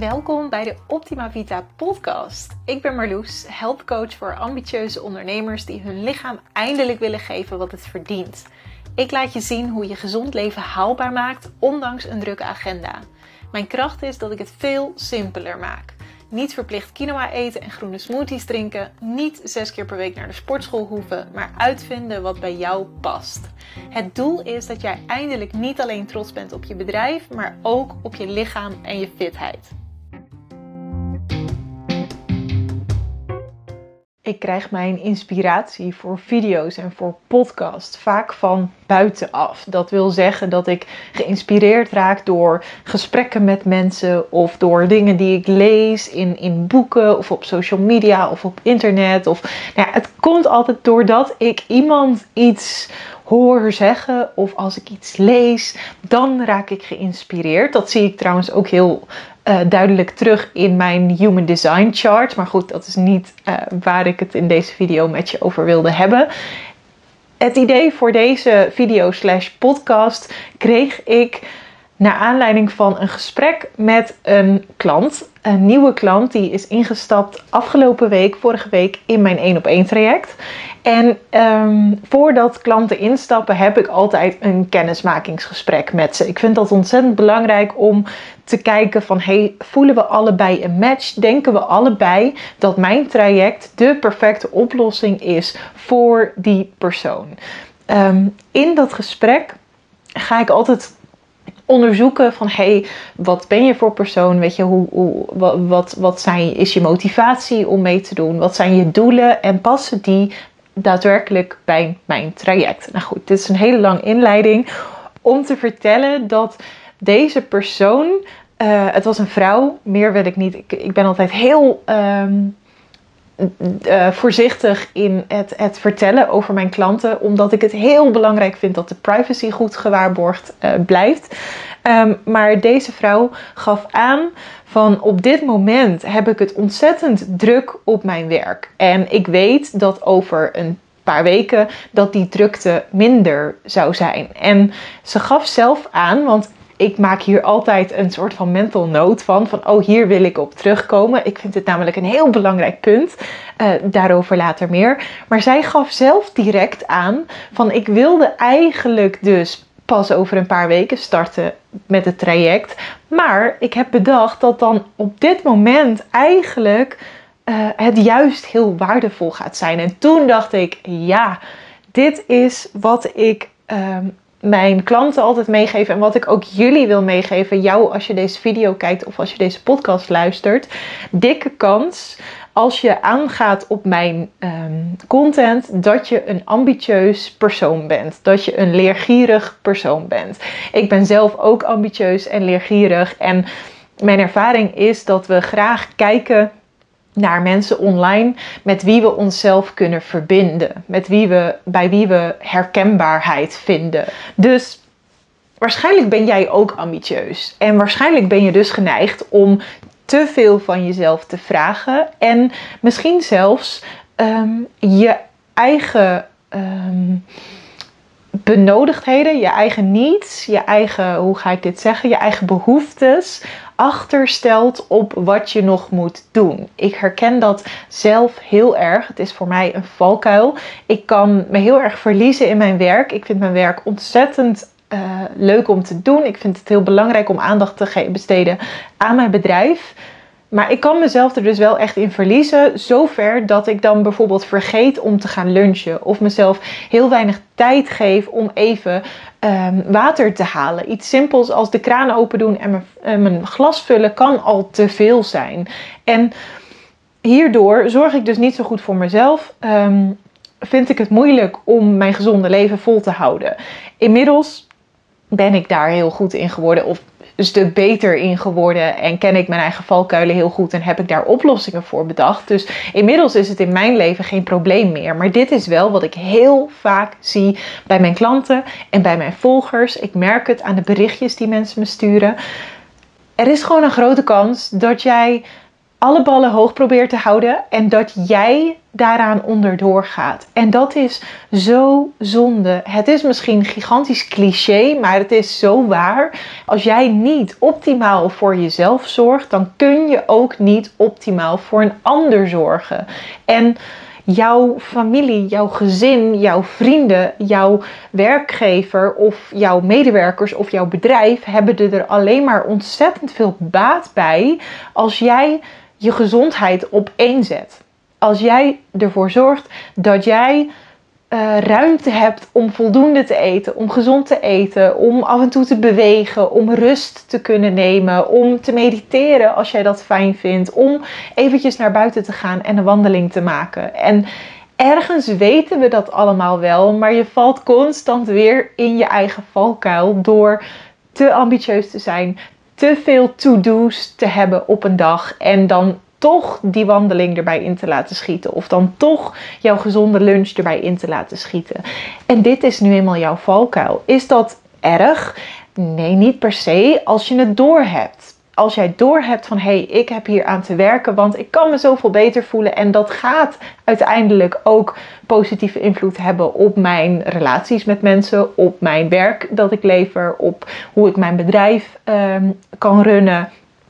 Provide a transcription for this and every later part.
Welkom bij de Optima Vita podcast. Ik ben Marloes, helpcoach voor ambitieuze ondernemers die hun lichaam eindelijk willen geven wat het verdient. Ik laat je zien hoe je gezond leven haalbaar maakt, ondanks een drukke agenda. Mijn kracht is dat ik het veel simpeler maak. Niet verplicht quinoa eten en groene smoothies drinken, niet 6 keer per week naar de sportschool hoeven, maar uitvinden wat bij jou past. Het doel is dat jij eindelijk niet alleen trots bent op je bedrijf, maar ook op je lichaam en je fitheid. Ik krijg mijn inspiratie voor video's en voor podcasts vaak van buitenaf. Dat wil zeggen dat ik geïnspireerd raak door gesprekken met mensen of door dingen die ik lees in boeken of op social media of op internet. Het komt altijd doordat ik iemand iets hoor zeggen of als ik iets lees, dan raak ik geïnspireerd. Dat zie ik trouwens ook heel duidelijk terug in mijn Human Design Chart. Maar goed, dat is niet waar ik het in deze video met je over wilde hebben. Het idee voor deze video/podcast kreeg ik naar aanleiding van een gesprek met een klant. Een nieuwe klant die is ingestapt vorige week in mijn 1-op-1 traject. En voordat klanten instappen heb ik altijd een kennismakingsgesprek met ze. Ik vind dat ontzettend belangrijk om te kijken van voelen we allebei een match? Denken we allebei dat mijn traject de perfecte oplossing is voor die persoon? In dat gesprek ga ik altijd onderzoeken van wat ben je voor persoon? Weet je, wat is je motivatie om mee te doen? Wat zijn je doelen en passen die daadwerkelijk bij mijn traject? Nou goed, dit is een hele lange inleiding om te vertellen dat deze persoon, het was een vrouw, meer weet ik niet. Ik ben altijd heel voorzichtig in het vertellen over mijn klanten, omdat ik het heel belangrijk vind dat de privacy goed gewaarborgd blijft. Maar deze vrouw gaf aan van op dit moment heb ik het ontzettend druk op mijn werk. En ik weet dat over een paar weken dat die drukte minder zou zijn. En ze gaf zelf aan, want ik maak hier altijd een soort van mental note van hier wil ik op terugkomen. Ik vind het namelijk een heel belangrijk punt. Daarover later meer. Maar zij gaf zelf direct aan van ik wilde eigenlijk dus pas over een paar weken starten met het traject. Maar ik heb bedacht dat dan op dit moment eigenlijk het juist heel waardevol gaat zijn. En toen dacht ik, ja, dit is wat ik mijn klanten altijd meegeven en wat ik ook jullie wil meegeven. Jou als je deze video kijkt of als je deze podcast luistert. Dikke kans als je aangaat op mijn content dat je een ambitieus persoon bent. Dat je een leergierig persoon bent. Ik ben zelf ook ambitieus en leergierig. En mijn ervaring is dat we graag kijken naar mensen online met wie we onszelf kunnen verbinden. Bij wie we herkenbaarheid vinden. Dus waarschijnlijk ben jij ook ambitieus. En waarschijnlijk ben je dus geneigd om te veel van jezelf te vragen. En misschien zelfs je eigen benodigdheden, je eigen needs, je eigen, je eigen behoeftes achterstelt op wat je nog moet doen. Ik herken dat zelf heel erg. Het is voor mij een valkuil. Ik kan me heel erg verliezen in mijn werk. Ik vind mijn werk ontzettend leuk om te doen. Ik vind het heel belangrijk om aandacht te besteden aan mijn bedrijf. Maar ik kan mezelf er dus wel echt in verliezen. Zover dat ik dan bijvoorbeeld vergeet om te gaan lunchen. Of mezelf heel weinig tijd geef om even water te halen. Iets simpels als de kraan open doen en mijn glas vullen kan al te veel zijn. En hierdoor zorg ik dus niet zo goed voor mezelf. Vind ik het moeilijk om mijn gezonde leven vol te houden. Inmiddels ben ik daar heel goed in geworden. Of een stuk beter in geworden en ken ik mijn eigen valkuilen heel goed en heb ik daar oplossingen voor bedacht. Dus inmiddels is het in mijn leven geen probleem meer. Maar dit is wel wat ik heel vaak zie bij mijn klanten en bij mijn volgers. Ik merk het aan de berichtjes die mensen me sturen. Er is gewoon een grote kans dat jij alle ballen hoog probeert te houden en dat jij daaraan onderdoor gaat. En dat is zo zonde. Het is misschien een gigantisch cliché, maar het is zo waar. Als jij niet optimaal voor jezelf zorgt, dan kun je ook niet optimaal voor een ander zorgen. En jouw familie, jouw gezin, jouw vrienden, jouw werkgever of jouw medewerkers of jouw bedrijf hebben er alleen maar ontzettend veel baat bij als jij je gezondheid op één zet. Als jij ervoor zorgt dat jij ruimte hebt om voldoende te eten, om gezond te eten, om af en toe te bewegen, om rust te kunnen nemen, om te mediteren als jij dat fijn vindt, om eventjes naar buiten te gaan en een wandeling te maken. En ergens weten we dat allemaal wel, maar je valt constant weer in je eigen valkuil door te ambitieus te zijn, te veel to-do's te hebben op een dag en dan toch die wandeling erbij in te laten schieten. Of dan toch jouw gezonde lunch erbij in te laten schieten. En dit is nu eenmaal jouw valkuil. Is dat erg? Nee, niet per se als je het doorhebt. Als jij doorhebt van hé, ik heb hier aan te werken, want ik kan me zoveel beter voelen. En dat gaat uiteindelijk ook positieve invloed hebben op mijn relaties met mensen, op mijn werk dat ik lever, op hoe ik mijn bedrijf kan runnen,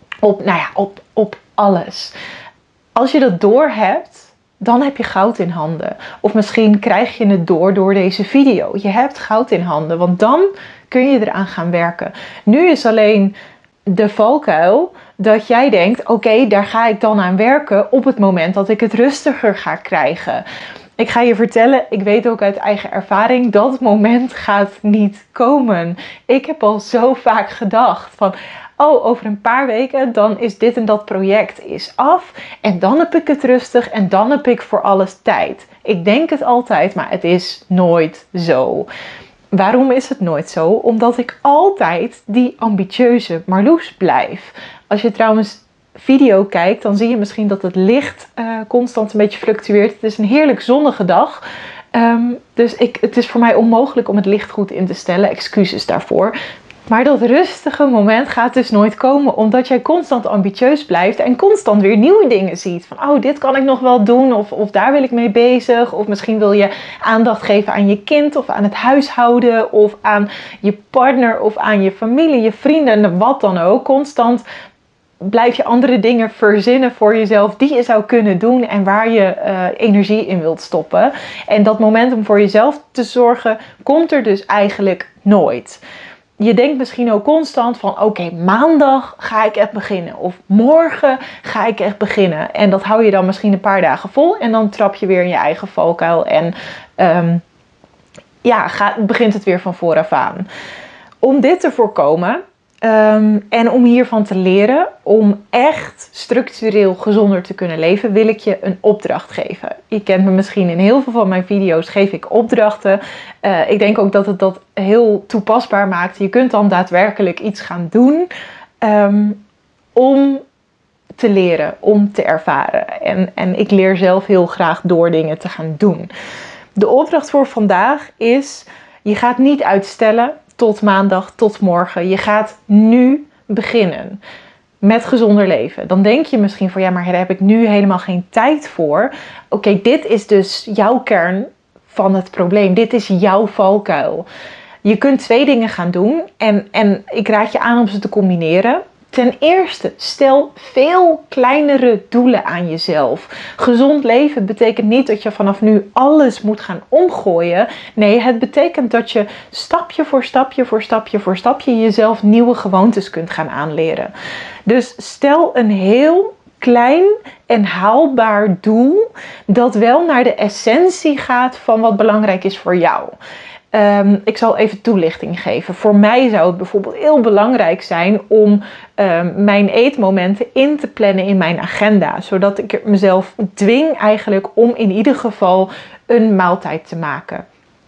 op alles. Als je dat doorhebt, dan heb je goud in handen. Of misschien krijg je het door deze video. Je hebt goud in handen, want dan kun je eraan gaan werken. Nu is alleen de valkuil dat jij denkt, oké, daar ga ik dan aan werken op het moment dat ik het rustiger ga krijgen. Ik ga je vertellen, ik weet ook uit eigen ervaring, dat moment gaat niet komen. Ik heb al zo vaak gedacht van, oh, over een paar weken, dan is dit en dat project is af. En dan heb ik het rustig en dan heb ik voor alles tijd. Ik denk het altijd, maar het is nooit zo. Waarom is het nooit zo? Omdat ik altijd die ambitieuze Marloes blijf. Als je trouwens video kijkt, dan zie je misschien dat het licht constant een beetje fluctueert. Het is een heerlijk zonnige dag. Dus het is voor mij onmogelijk om het licht goed in te stellen. Excuses daarvoor. Maar dat rustige moment gaat dus nooit komen, omdat jij constant ambitieus blijft en constant weer nieuwe dingen ziet. Van, oh, dit kan ik nog wel doen, of daar wil ik mee bezig. Of misschien wil je aandacht geven aan je kind, of aan het huishouden, of aan je partner, of aan je familie, je vrienden, en wat dan ook. Constant blijf je andere dingen verzinnen voor jezelf die je zou kunnen doen en waar je energie in wilt stoppen. En dat moment om voor jezelf te zorgen, komt er dus eigenlijk nooit. Je denkt misschien ook constant van, oké, maandag ga ik echt beginnen. Of morgen ga ik echt beginnen. En dat hou je dan misschien een paar dagen vol. En dan trap je weer in je eigen valkuil. En begint het weer van vooraf aan. Om dit te voorkomen en om hiervan te leren, om echt structureel gezonder te kunnen leven, wil ik je een opdracht geven. Je kent me misschien, in heel veel van mijn video's geef ik opdrachten. Ik denk ook dat het dat heel toepasbaar maakt. Je kunt dan daadwerkelijk iets gaan doen om te leren, om te ervaren. En ik leer zelf heel graag door dingen te gaan doen. De opdracht voor vandaag is, je gaat niet uitstellen tot maandag, tot morgen. Je gaat nu beginnen met gezonder leven. Dan denk je misschien van, ja, maar daar heb ik nu helemaal geen tijd voor. Oké, dit is dus jouw kern van het probleem. Dit is jouw valkuil. Je kunt twee dingen gaan doen en ik raad je aan om ze te combineren. Ten eerste, stel veel kleinere doelen aan jezelf. Gezond leven betekent niet dat je vanaf nu alles moet gaan omgooien. Nee, het betekent dat je stapje voor stapje voor stapje voor stapje jezelf nieuwe gewoontes kunt gaan aanleren. Dus stel een heel klein en haalbaar doel dat wel naar de essentie gaat van wat belangrijk is voor jou. Ik zal even toelichting geven. Voor mij zou het bijvoorbeeld heel belangrijk zijn om mijn eetmomenten in te plannen in mijn agenda. Zodat ik mezelf dwing eigenlijk om in ieder geval een maaltijd te maken.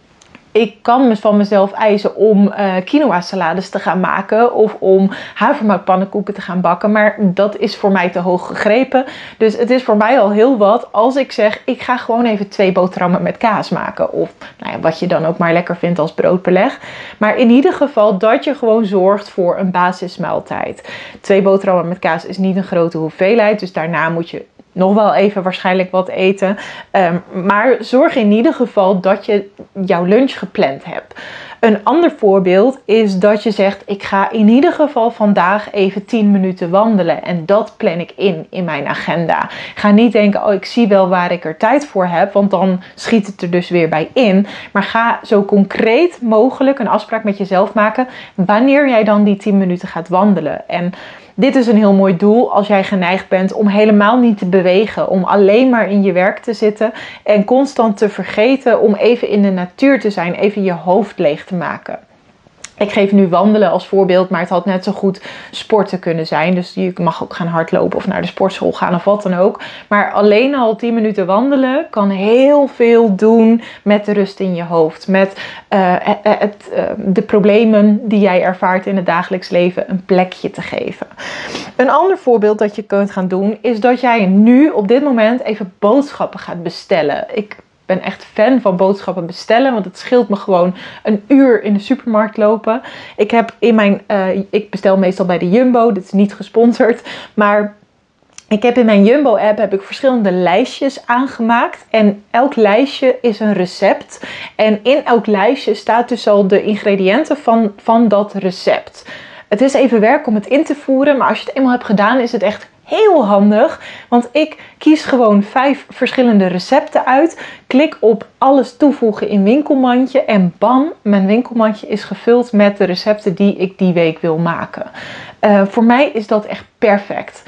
Ik kan van mezelf eisen om quinoa salades te gaan maken of om havermoutpannenkoeken te gaan bakken. Maar dat is voor mij te hoog gegrepen. Dus het is voor mij al heel wat als ik zeg, ik ga gewoon even 2 boterhammen met kaas maken. Of nou ja, wat je dan ook maar lekker vindt als broodbeleg. Maar in ieder geval dat je gewoon zorgt voor een basismaaltijd. 2 boterhammen met kaas is niet een grote hoeveelheid. Dus daarna moet je nog wel even waarschijnlijk wat eten. Maar zorg in ieder geval dat je jouw lunch gepland hebt. Een ander voorbeeld is dat je zegt, ik ga in ieder geval vandaag even 10 minuten wandelen. En dat plan ik in mijn agenda. Ga niet denken, oh ik zie wel waar ik er tijd voor heb. Want dan schiet het er dus weer bij in. Maar ga zo concreet mogelijk een afspraak met jezelf maken wanneer jij dan die 10 minuten gaat wandelen. En dit is een heel mooi doel als jij geneigd bent om helemaal niet te bewegen. Om alleen maar in je werk te zitten en constant te vergeten om even in de natuur te zijn. Even je hoofd leeg te maken. Ik geef nu wandelen als voorbeeld, maar het had net zo goed sporten kunnen zijn. Dus je mag ook gaan hardlopen of naar de sportschool gaan of wat dan ook. Maar alleen al 10 minuten wandelen kan heel veel doen met de rust in je hoofd. Met de problemen die jij ervaart in het dagelijks leven een plekje te geven. Een ander voorbeeld dat je kunt gaan doen is dat jij nu op dit moment even boodschappen gaat bestellen. Ik ben echt fan van boodschappen bestellen, want het scheelt me gewoon een uur in de supermarkt lopen. Ik bestel meestal bij de Jumbo, dit is niet gesponsord, maar ik heb in mijn Jumbo-app verschillende lijstjes aangemaakt. En elk lijstje is een recept. En in elk lijstje staat dus al de ingrediënten van dat recept. Het is even werk om het in te voeren, maar als je het eenmaal hebt gedaan is het echt heel handig. Want ik kies gewoon 5 verschillende recepten uit. Klik op alles toevoegen in winkelmandje. En bam, mijn winkelmandje is gevuld met de recepten die ik die week wil maken. Voor mij is dat echt perfect.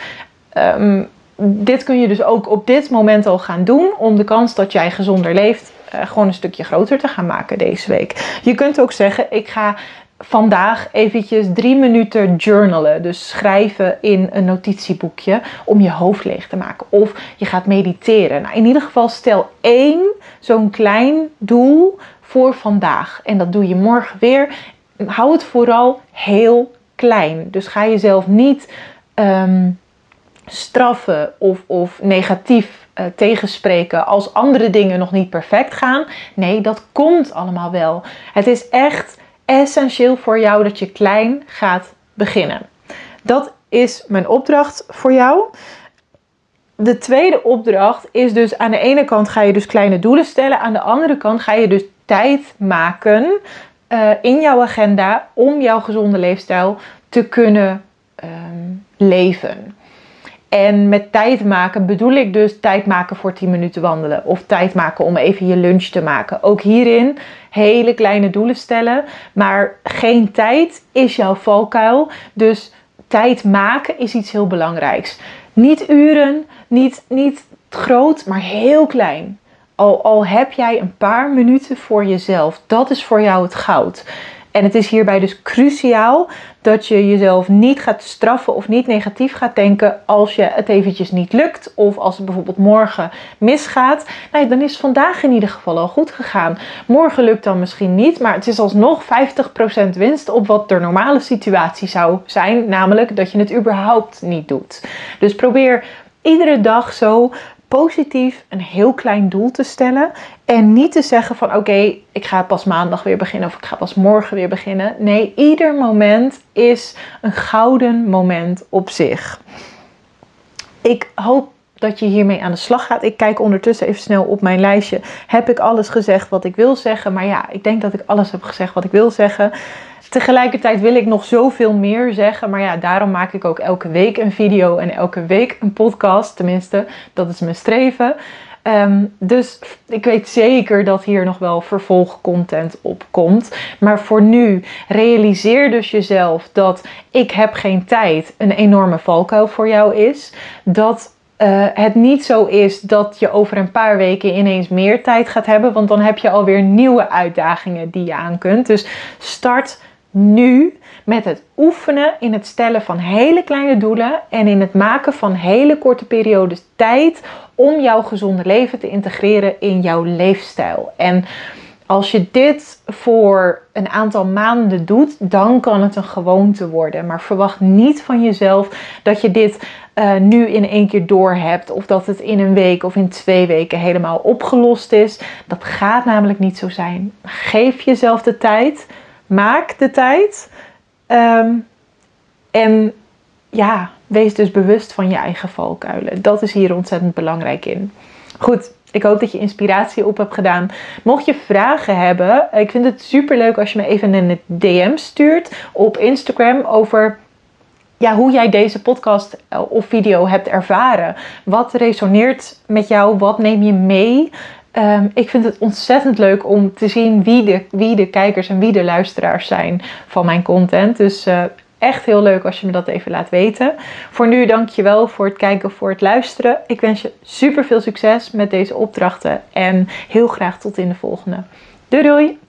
Dit kun je dus ook op dit moment al gaan doen om de kans dat jij gezonder leeft gewoon een stukje groter te gaan maken deze week. Je kunt ook zeggen, ik ga vandaag eventjes 3 minuten journalen. Dus schrijven in een notitieboekje om je hoofd leeg te maken. Of je gaat mediteren. Nou, in ieder geval stel 1 zo'n klein doel voor vandaag. En dat doe je morgen weer. Hou het vooral heel klein. Dus ga jezelf niet straffen of negatief tegenspreken als andere dingen nog niet perfect gaan. Nee, dat komt allemaal wel. Het is echt essentieel voor jou dat je klein gaat beginnen. Dat is mijn opdracht voor jou. De tweede opdracht is dus aan de ene kant ga je dus kleine doelen stellen. Aan de andere kant ga je dus tijd maken in jouw agenda om jouw gezonde leefstijl te kunnen leven. En met tijd maken bedoel ik dus tijd maken voor 10 minuten wandelen. Of tijd maken om even je lunch te maken. Ook hierin hele kleine doelen stellen. Maar geen tijd is jouw valkuil. Dus tijd maken is iets heel belangrijks. Niet uren, niet groot, maar heel klein. Al heb jij een paar minuten voor jezelf. Dat is voor jou het goud. En het is hierbij dus cruciaal dat je jezelf niet gaat straffen of niet negatief gaat denken als je het eventjes niet lukt. Of als het bijvoorbeeld morgen misgaat. Nou, dan is vandaag in ieder geval al goed gegaan. Morgen lukt dan misschien niet, maar het is alsnog 50% winst op wat de normale situatie zou zijn. Namelijk dat je het überhaupt niet doet. Dus probeer iedere dag zo positief een heel klein doel te stellen. En niet te zeggen van oké, ik ga pas maandag weer beginnen of ik ga pas morgen weer beginnen. Nee, ieder moment is een gouden moment op zich. Ik hoop dat je hiermee aan de slag gaat. Ik kijk ondertussen even snel op mijn lijstje. Heb ik alles gezegd wat ik wil zeggen? Maar ja, ik denk dat ik alles heb gezegd wat ik wil zeggen. Tegelijkertijd wil ik nog zoveel meer zeggen. Maar ja, daarom maak ik ook elke week een video en elke week een podcast. Tenminste, dat is mijn streven. Dus ik weet zeker dat hier nog wel vervolgcontent op komt. Maar voor nu, realiseer dus jezelf dat ik heb geen tijd een enorme valkuil voor jou is. Dat het niet zo is dat je over een paar weken ineens meer tijd gaat hebben. Want dan heb je alweer nieuwe uitdagingen die je aan kunt. Dus start nu met het oefenen in het stellen van hele kleine doelen en in het maken van hele korte periodes tijd om jouw gezonde leven te integreren in jouw leefstijl. En Als je dit voor een aantal maanden doet, dan kan het een gewoonte worden. Maar verwacht niet van jezelf dat je dit nu in 1 keer door hebt. Of dat het in 1 week of in 2 weken helemaal opgelost is. Dat gaat namelijk niet zo zijn. Geef jezelf de tijd. Maak de tijd. En ja, wees dus bewust van je eigen valkuilen. Dat is hier ontzettend belangrijk in. Goed, ik hoop dat je inspiratie op hebt gedaan. Mocht je vragen hebben, ik vind het super leuk als je me even een DM stuurt op Instagram over hoe jij deze podcast of video hebt ervaren. Wat resoneert met jou? Wat neem je mee? Ik vind het ontzettend leuk om te zien wie de kijkers en wie de luisteraars zijn van mijn content. Dus echt heel leuk als je me dat even laat weten. Voor nu dankjewel voor het kijken of voor het luisteren. Ik wens je super veel succes met deze opdrachten. En heel graag tot in de volgende. Doei doei!